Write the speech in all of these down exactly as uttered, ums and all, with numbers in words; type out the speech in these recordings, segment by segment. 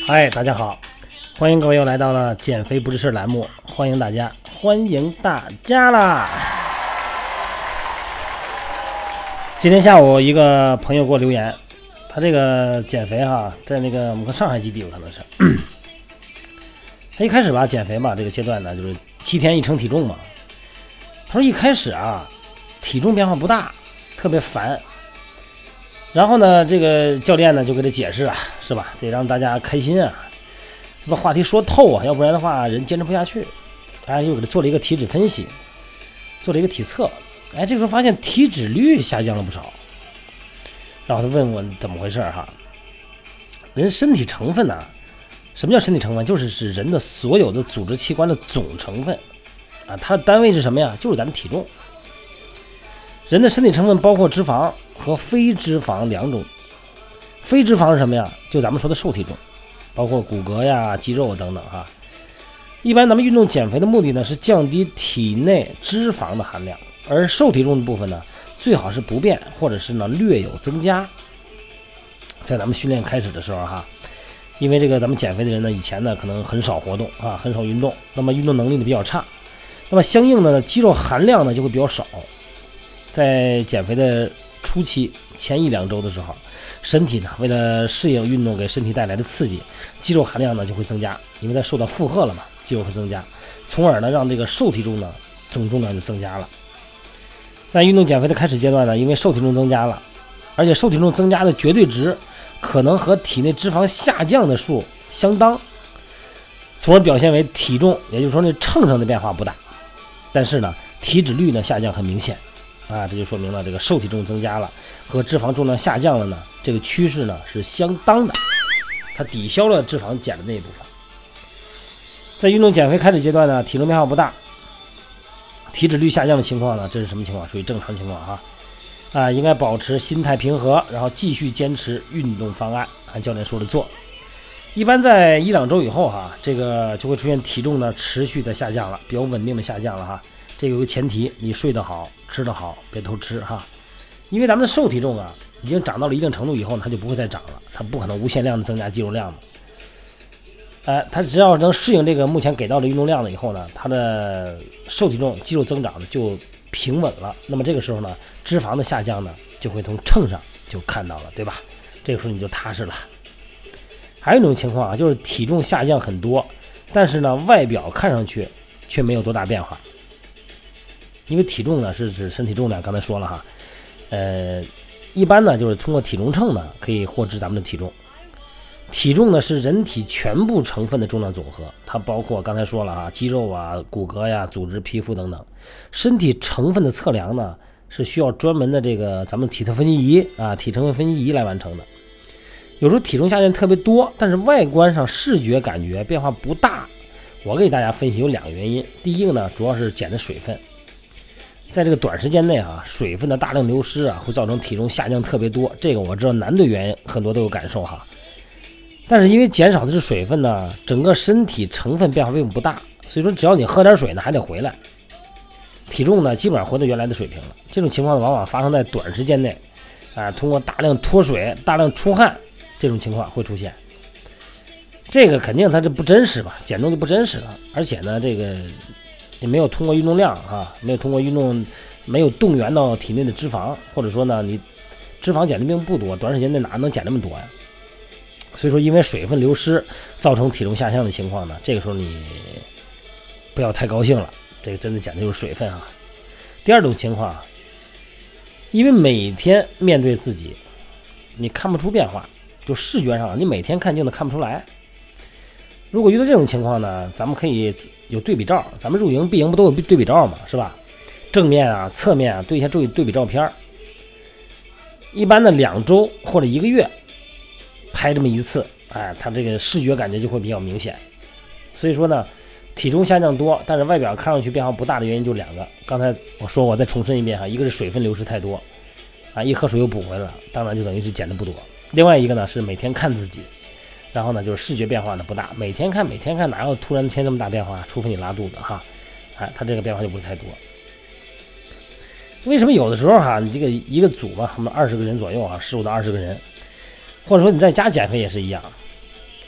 嗨，大家好，欢迎各位又来到了减肥不是事栏目，欢迎大家，欢迎大家啦！今天下午一个朋友给我留言，他这个减肥哈，在那个我们看上海基地有可能是，他一开始吧减肥吧这个阶段呢，就是七天一称体重嘛。他说一开始啊，体重变化不大，特别烦。然后呢，这个教练呢就给他解释啊，是吧？得让大家开心啊，把话题说透啊，要不然的话人坚持不下去。哎，又给他做了一个体脂分析，做了一个体测。哎，这个时候发现体脂率下降了不少。然后他问我怎么回事哈？人身体成分呢、啊？什么叫身体成分？就是是人的所有的组织器官的总成分啊，它的单位是什么呀？就是咱的体重。人的身体成分包括脂肪和非脂肪两种。非脂肪是什么呀？就咱们说的瘦体重，包括骨骼呀、肌肉等等哈。一般咱们运动减肥的目的呢是降低体内脂肪的含量，而瘦体重的部分呢最好是不变，或者是呢略有增加。在咱们训练开始的时候哈，因为这个咱们减肥的人呢以前呢可能很少活动啊，很少运动，那么运动能力呢比较差，那么相应的呢肌肉含量呢就会比较少。在减肥的初期前一两周的时候，身体呢为了适应运动给身体带来的刺激，肌肉含量呢就会增加，因为它受到负荷了嘛，肌肉会增加，从而呢让这个瘦体重呢总重量就增加了。在运动减肥的开始阶段呢，因为瘦体重增加了，而且瘦体重增加的绝对值可能和体内脂肪下降的数相当，从而表现为体重，也就是说那秤上的变化不大，但是呢体脂率呢下降很明显啊，这就说明了这个瘦体重增加了和脂肪重量下降了呢，这个趋势呢是相当的，它抵消了脂肪减的那一部分。在运动减肥开始阶段呢，体重变化不大，体脂率下降的情况呢，这是什么情况？属于正常情况哈。啊，应该保持心态平和，然后继续坚持运动方案，按教练说的做。一般在一两周以后哈，这个就会出现体重呢持续的下降了，比较稳定的下降了哈。这个有个前提，你睡得好，吃得好，别偷吃哈。因为咱们的瘦体重啊，已经长到了一定程度以后呢，它就不会再长了，它不可能无限量的增加肌肉量嘛。呃，它只要能适应这个目前给到的运动量了以后呢，它的瘦体重肌肉增长呢就平稳了。那么这个时候呢，脂肪的下降呢就会从秤上就看到了，对吧？这个时候你就踏实了。还有一种情况啊，就是体重下降很多，但是呢外表看上去却没有多大变化。因为体重呢是指身体重量，刚才说了哈，呃，一般呢就是通过体重秤呢可以获知咱们的体重。体重呢是人体全部成分的重量总和，它包括刚才说了啊，肌肉啊、骨骼呀、组织、皮肤等等。身体成分的测量呢是需要专门的这个咱们体特分析仪啊、体成分分析仪来完成的。有时候体重下降特别多，但是外观上视觉感觉变化不大。我给大家分析有两个原因，第一个呢主要是减的水分。在这个短时间内啊，水分的大量流失啊，会造成体重下降特别多。这个我知道男队员很多都有感受哈。但是因为减少的是水分呢，整个身体成分变化并不大，所以说只要你喝点水呢，还得回来，体重呢基本上回到原来的水平了。这种情况往往发生在短时间内，啊，通过大量脱水、大量出汗这种情况会出现。这个肯定它这不真实嘛，减重就不真实了，而且呢，这个。也没有通过运动量啊，没有通过运动，没有动员到体内的脂肪，或者说呢，你脂肪减的并不多，短时间内哪能减那么多呀？所以说，因为水分流失造成体重下降的情况呢，这个时候你不要太高兴了，这个真的减的就是水分啊。第二种情况，因为每天面对自己，你看不出变化，就视觉上你每天看镜子看不出来。如果遇到这种情况呢，咱们可以有对比照，咱们入营闭营不都有对比照嘛，是吧？正面啊、侧面啊，对一下对对比照片。一般的两周或者一个月拍这么一次，哎，它这个视觉感觉就会比较明显。所以说呢，体重下降多，但是外表看上去变化不大的原因就两个。刚才我说，我再重申一遍哈，一个是水分流失太多，啊，一喝水又补回来了，当然就等于是减的不多。另外一个呢是每天看自己。然后呢，就是视觉变化呢不大，每天看每天看哪有突然天这么大变化？除非你拉肚子哈，哎，它这个变化就不会太多。为什么有的时候哈，你这个一个组嘛，我们二十个人左右啊，十五到二十个人，或者说你在家减肥也是一样，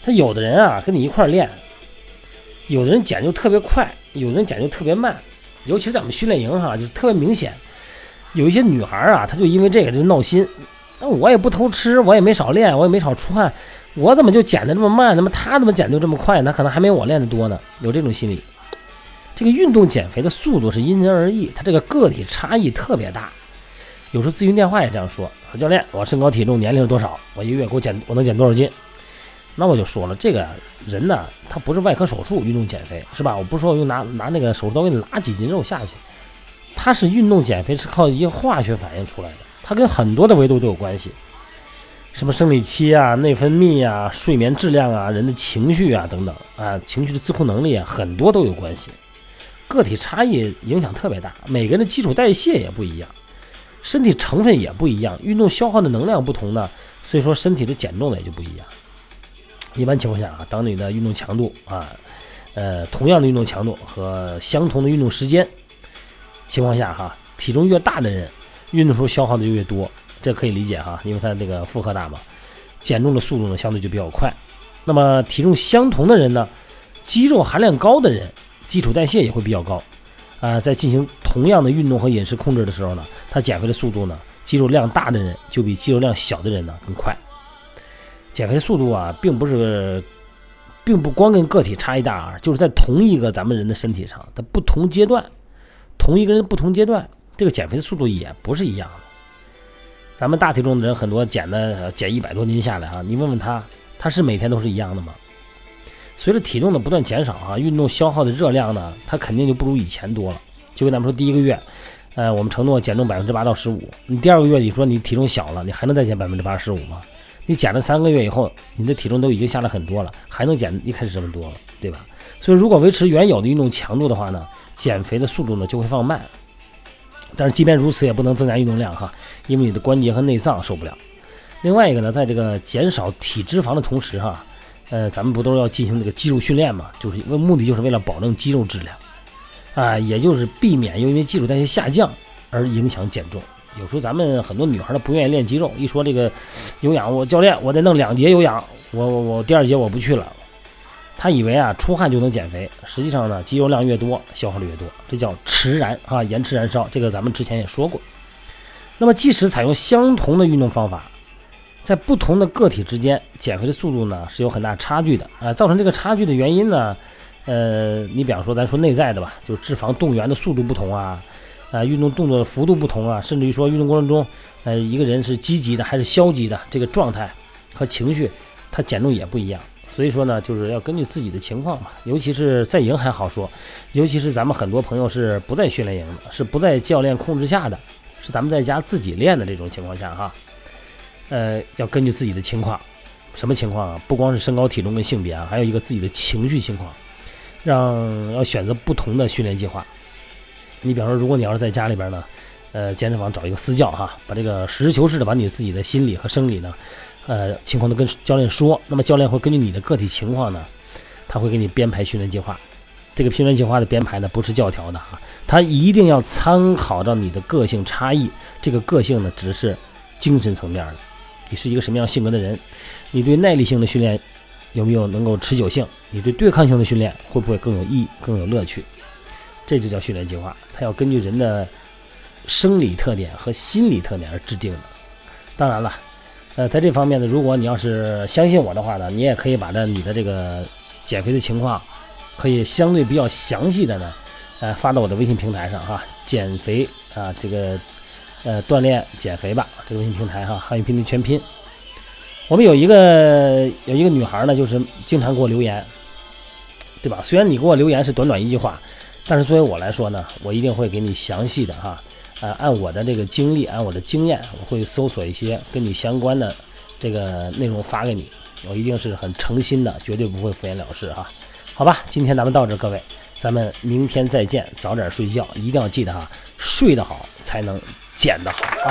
他有的人啊跟你一块练，有的人减就特别快，有的人减就特别慢，尤其是在我们训练营哈，就特别明显。有一些女孩啊，她就因为这个就闹心，那我也不偷吃，我也没少练，我也没少出汗，我怎么就减的这么慢？那么她怎么减就这么快呢？可能还没我练的多呢，有这种心理。这个运动减肥的速度是因人而异，它这个个体差异特别大。有时候咨询电话也这样说，教练，我身高体重年龄是多少？我一个月给我减，我能减多少斤？那我就说了，这个人呢，他不是外科手术运动减肥，是吧？我不是说我用拿拿那个手术刀给你拉几斤肉下去，他是运动减肥是靠一些化学反应出来的，它跟很多的维度都有关系，什么生理期啊、内分泌啊、睡眠质量啊、人的情绪啊等等啊，情绪的自控能力啊，很多都有关系。个体差异影响特别大，每个人的基础代谢也不一样，身体成分也不一样，运动消耗的能量不同呢，所以说身体的减重的也就不一样。一般情况下啊，当你的运动强度啊，呃，同样的运动强度和相同的运动时间情况下哈，体重越大的人，运动时候消耗的就越多，这可以理解哈，因为他那个负荷大嘛，减重的速度呢相对就比较快。那么体重相同的人呢，肌肉含量高的人，基础代谢也会比较高，啊、呃，在进行同样的运动和饮食控制的时候呢，他减肥的速度呢，肌肉量大的人就比肌肉量小的人呢更快。减肥速度啊，并不是，并不光跟个体差异大啊，就是在同一个咱们人的身体上的不同阶段，同一个人的不同阶段，这个减肥的速度也不是一样的。咱们大体重的人很多减的减一百多斤下来啊，你问问他，他是每天都是一样的吗？随着体重的不断减少啊，运动消耗的热量呢，它肯定就不如以前多了。就跟咱们说，第一个月，呃，我们承诺减重百分之八到十五，你第二个月你说你体重小了，你还能再减百分之八十五吗？你减了三个月以后，你的体重都已经下来很多了，还能减一开始这么多了，对吧？所以如果维持原有的运动强度的话呢，减肥的速度呢就会放慢。但是即便如此，也不能增加运动量哈，因为你的关节和内脏受不了。另外一个呢，在这个减少体脂肪的同时哈，呃，咱们不都要进行这个肌肉训练嘛？就是目的就是为了保证肌肉质量，啊、呃，也就是避免因为基础代谢下降而影响减重。有时候咱们很多女孩都不愿意练肌肉，一说这个有氧，我教练我得弄两节有氧，我我我第二节我不去了。他以为啊出汗就能减肥，实际上呢肌肉量越多消耗的越多，这叫迟燃啊，延迟燃烧，这个咱们之前也说过。那么即使采用相同的运动方法，在不同的个体之间减肥的速度呢是有很大差距的啊、呃。造成这个差距的原因呢，呃，你比方说咱说内在的吧，就是脂肪动员的速度不同啊。啊、呃，运动动作的幅度不同啊，甚至于说运动过程中，呃，一个人是积极的还是消极的，这个状态和情绪，他减重也不一样。所以说呢，就是要根据自己的情况嘛，尤其是在营还好说，尤其是咱们很多朋友是不在训练营的，是不在教练控制下的，是咱们在家自己练的这种情况下哈，呃，要根据自己的情况，什么情况啊？不光是身高体重跟性别啊，还有一个自己的情绪情况，让要选择不同的训练计划。你比方说，如果你要是在家里边呢，呃，健身房找一个私教哈，把这个实事求是的把你自己的心理和生理呢，呃，情况都跟教练说，那么教练会根据你的个体情况呢，他会给你编排训练计划。这个训练计划的编排呢，不是教条的哈，他一定要参考到你的个性差异。这个个性呢，只是精神层面的，你是一个什么样性格的人，你对耐力性的训练有没有能够持久性，你对对抗性的训练会不会更有意义、更有乐趣。这就叫训练计划，它要根据人的生理特点和心理特点而制定的。当然了，呃，在这方面呢，如果你要是相信我的话呢，你也可以把这你的这个减肥的情况，可以相对比较详细的呢，呃，发到我的微信平台上哈，减肥啊，这个呃锻炼减肥吧，这个微信平台哈，汉语拼音全拼。我们有一个有一个女孩呢，就是经常给我留言，对吧？虽然你给我留言是短短一句话。但是作为我来说呢，我一定会给你详细的哈，呃，按我的这个经历，按我的经验，我会搜索一些跟你相关的这个内容发给你，我一定是很诚心的，绝对不会敷衍了事哈。好吧，今天咱们到这，各位，咱们明天再见，早点睡觉，一定要记得哈，睡得好才能减得好啊。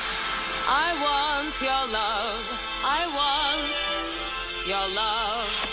Your love, I want your love.